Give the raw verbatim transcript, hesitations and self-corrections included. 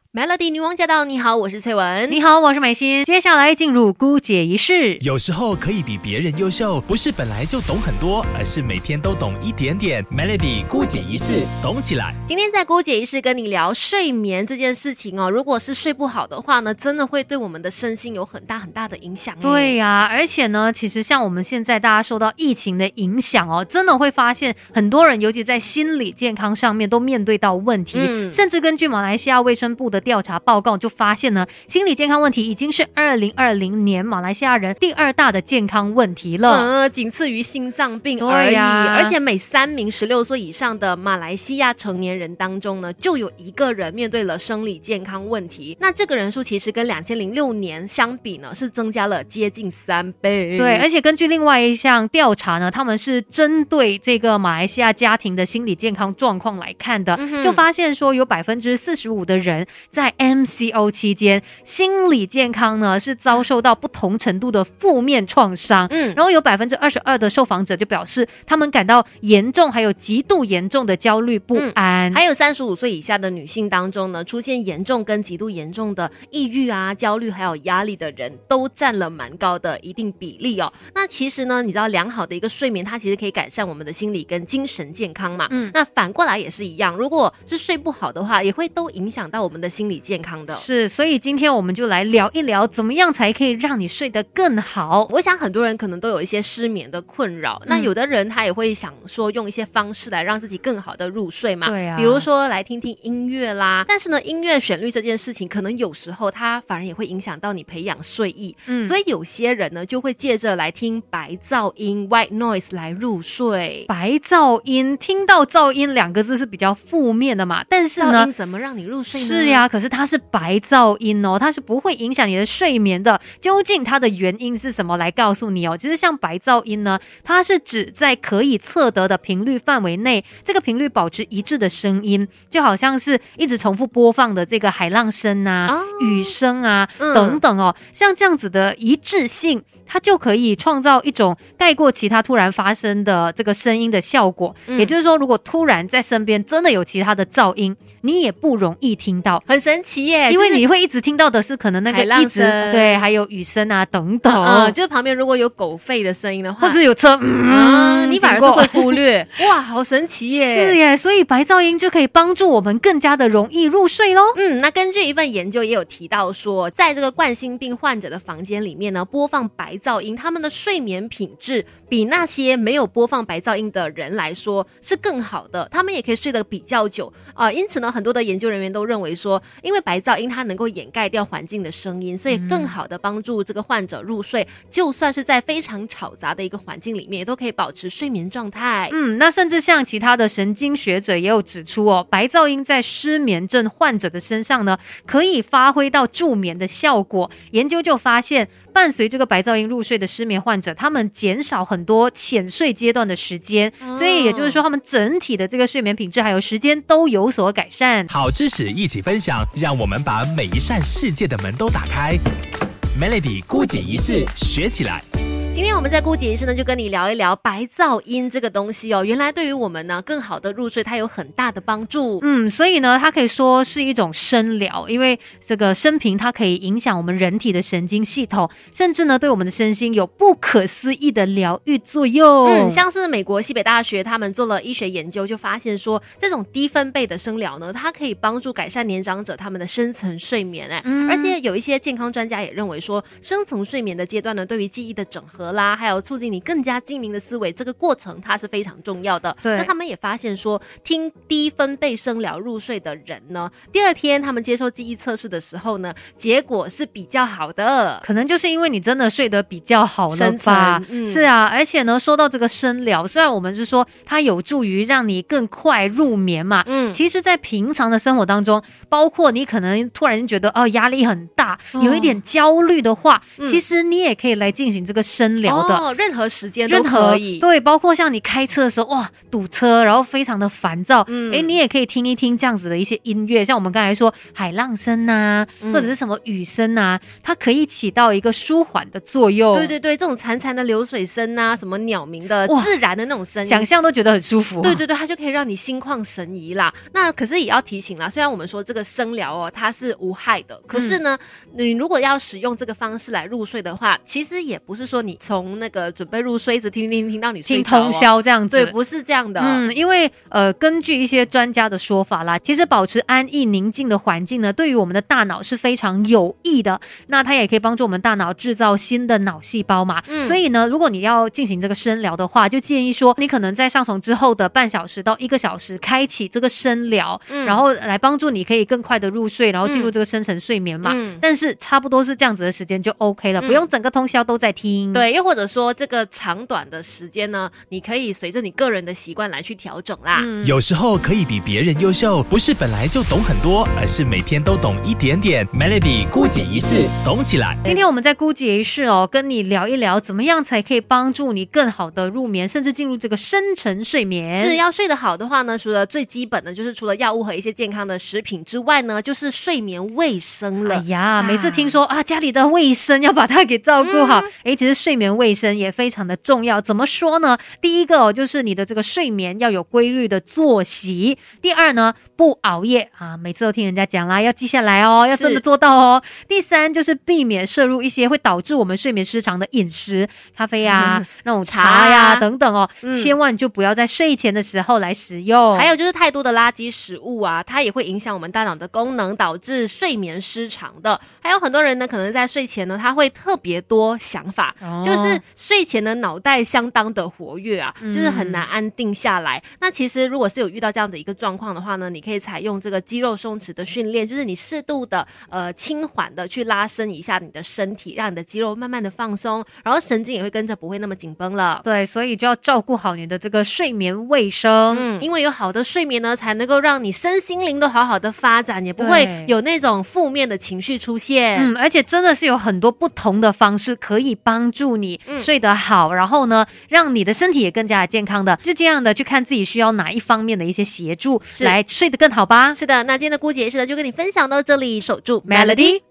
Melody 女王驾到！你好，我是翠文。 你好，我是美心。接下来进入姑姐仪式。 有时候可以比别人优秀，不是本来就懂很多，而是每天都懂一点点。Melody 姑姐仪式，懂起来。 今天在姑姐仪式跟你聊睡眠这件事情哦。如果是睡不好的话呢，真的会对我们的身心有很大很大的影响。 对呀、啊，而且呢，其实像我们现在大家受到疫情的影响哦，真的会发现很多人，尤其在心理健康上面都面对到问题。嗯、甚至根据马来西亚卫生部的调查报告就发现呢，心理健康问题已经是二零二零年马来西亚人第二大的健康问题了， 呃，仅次于心脏病而已。 啊、 而且每三名十六岁以上的马来西亚成年人当中呢，就有一个人面对了生理健康问题。那这个人数其实跟两千零六年相比呢，是增加了接近三倍。 对，而且根据另外一项调查呢，他们是针对这个马来西亚家庭的心理健康状况来看的，嗯、就发现说有百分之四十五的人在 M C O 期间心理健康呢是遭受到不同程度的负面创伤，嗯，然后有百分之二十二的受访者就表示他们感到严重还有极度严重的焦虑不安， 嗯、还有三十五岁以下的女性当中呢，出现严重跟极度严重的抑郁啊、焦虑还有压力的人都占了蛮高的一定比例哦。那其实呢，你知道良好的一个睡眠，它其实可以改善我们的心理跟精神健康嘛，嗯，那反过来也是一样，如果是睡不好的话，也会都影响到我们的心理健康的。 是，所以今天我们就来聊一聊怎么样才可以让你睡得更好。 我想很多人可能都有一些失眠的困扰，嗯、那有的人他也会想说用一些方式来让自己更好的入睡嘛， 对啊， 比如说来听听音乐啦。但是呢，音乐旋律这件事情可能有时候它反而也会影响到你培养睡意，嗯，所以有些人呢就会借着来听白噪音 white noise 来入睡。 白噪音，听到噪音两个字是比较负面的嘛，但是呢， 噪音怎么让你入睡呢？ 是呀，可是它是白噪音哦，它是不会影响你的睡眠的。究竟它的原因是什么？来告诉你哦。其实像白噪音呢，它是指在可以测得的频率范围内，这个频率保持一致的声音，就好像是一直重复播放的这个海浪声啊、哦、雨声啊、嗯、等等哦，像这样子的一致性，它就可以创造一种盖过其他突然发生的这个声音的效果。嗯、也就是说，如果突然在身边真的有其他的噪音，你也不容易听到， 很神奇耶！ 因为你会一直听到的是可能那个一直对，还有雨声啊等等。 嗯，嗯就是旁边如果有狗吠的声音的话， 或者有车，嗯， 嗯你反而是会忽略。哇，好神奇耶！ 是耶，所以白噪音就可以帮助我们更加的容易入睡咯。 嗯，那根据一份研究也有提到说，在这个冠心病患者的房间里面呢，播放白噪音，他们的睡眠品质比那些没有播放白噪音的人来说是更好的，他们也可以睡得比较久啊、呃。因此呢，很多的研究人员都认为说，因为白噪音它能够掩盖掉环境的声音，所以更好的帮助这个患者入睡。嗯、就算是在非常吵杂的一个环境里面，也都可以保持睡眠状态。 嗯，那甚至像其他的神经学者也有指出哦，白噪音在失眠症患者的身上呢，可以发挥到助眠的效果。研究就发现，伴随这个白噪音入睡的失眠患者，他们减少很多浅睡阶段的时间，哦、所以也就是说，他们整体的这个睡眠品质还有时间都有所改善。 好知识一起分享，让我们把每一扇世界的门都打开。Melody 姑姐仪式学起来。 今天我们在姑姐仪式呢，就跟你聊一聊白噪音这个东西哦。原来对于我们呢，更好的入睡，它有很大的帮助。 嗯，所以呢，它可以说是一种声疗，因为这个声频它可以影响我们人体的神经系统，甚至呢，对我们的身心有不可思议的疗愈作用。 嗯，像是美国西北大学他们做了医学研究，就发现说，这种低分贝的声疗呢，它可以帮助改善年长者他们的深层睡眠。哎、嗯，而且有一些健康专家也认为说，深层睡眠的阶段呢，对于记忆的整合啦，还有促进你更加精明的思维，这个过程它是非常重要的。 对， 那他们也发现说，听低分贝声疗入睡的人呢，第二天他们接受记忆测试的时候呢，结果是比较好的。 可能就是因为你真的睡得比较好了吧？嗯、是啊，而且呢，说到这个声疗，虽然我们是说它有助于让你更快入眠嘛，嗯，其实在平常的生活当中，包括你可能突然觉得哦压力很大。 大，哦、有一点焦虑的话、嗯，其实你也可以来进行这个深聊的， 哦、任何时间都可以。 对，包括像你开车的时候，哇，堵车，然后非常的烦躁，嗯，哎，你也可以听一听这样子的一些音乐，像我们刚才说海浪声啊，嗯、或者是什么雨声啊，它可以起到一个舒缓的作用。 对对对，这种潺潺的流水声啊，什么鸟鸣的自然的那种声音， 想象都觉得很舒服。 对对对，它就可以让你心旷神怡啦。那可是也要提醒啦，虽然我们说这个声疗哦，它是无害的，可是呢，嗯、你如果要使用这个方式来入睡的话，其实也不是说你从那个准备入睡一直听听听到你睡着、哦、 听通宵这样子， 对，不是这样的。 嗯，因为呃，根据一些专家的说法啦，其实保持安逸宁静的环境呢，对于我们的大脑是非常有益的。那它也可以帮助我们大脑制造新的脑细胞嘛。嗯、所以呢，如果你要进行这个深聊的话，就建议说，你可能在上床之后的半小时到一个小时，开启这个深聊、嗯，然后来帮助你可以更快的入睡，然后进入这个深层睡眠嘛。嗯、但是差不多是这样子的时间就 OK 了，嗯、不用整个通宵都在听。 对，又或者说这个长短的时间呢，你可以随着你个人的习惯来去调整啦。 嗯、有时候可以比别人优秀，不是本来就懂很多，而是每天都懂一点点。Melody 姑姐仪式懂起来。 今天我们在姑姐仪式哦，跟你聊一聊怎么样才可以帮助你更好的入眠，甚至进入这个深层睡眠。 是要睡得好的话呢，除了最基本的就是除了药物和一些健康的食品之外呢，就是睡眠卫生了。 哎呀，每次听说啊家里的卫生要把它给照顾好，哎、嗯，其实睡眠卫生也非常的重要。怎么说呢？第一个哦，就是你的这个睡眠要有规律的作息。第二呢，不熬夜啊，每次都听人家讲啦，要记下来哦，要真的做到哦。第三就是避免摄入一些会导致我们睡眠失常的饮食，咖啡呀、嗯、那种茶呀等等哦、嗯，千万就不要在睡前的时候来食用。 还有就是太多的垃圾食物啊，它也会影响我们大脑的功能，导致睡眠失常的。还有很多人呢，可能在睡前呢，他会特别多想法，哦、就是睡前的脑袋相当的活跃啊，嗯、就是很难安定下来。那其实如果是有遇到这样的一个状况的话呢，你可以采用这个肌肉松弛的训练，就是你适度的呃轻缓的去拉伸一下你的身体，让你的肌肉慢慢的放松，然后神经也会跟着不会那么紧绷了。 对，所以就要照顾好你的这个睡眠卫生， 嗯，因为有好的睡眠呢，才能够让你身心灵都好好的发展，也不会有那种负面的情绪出现。 嗯，而且真的是有很多不同的方式可以帮助你睡得好，嗯、然后呢，让你的身体也更加的健康的，就这样的去看自己需要哪一方面的一些协助，来睡得更好吧。 是的，那今天的姑姐是的就跟你分享到这里，守住 Melody。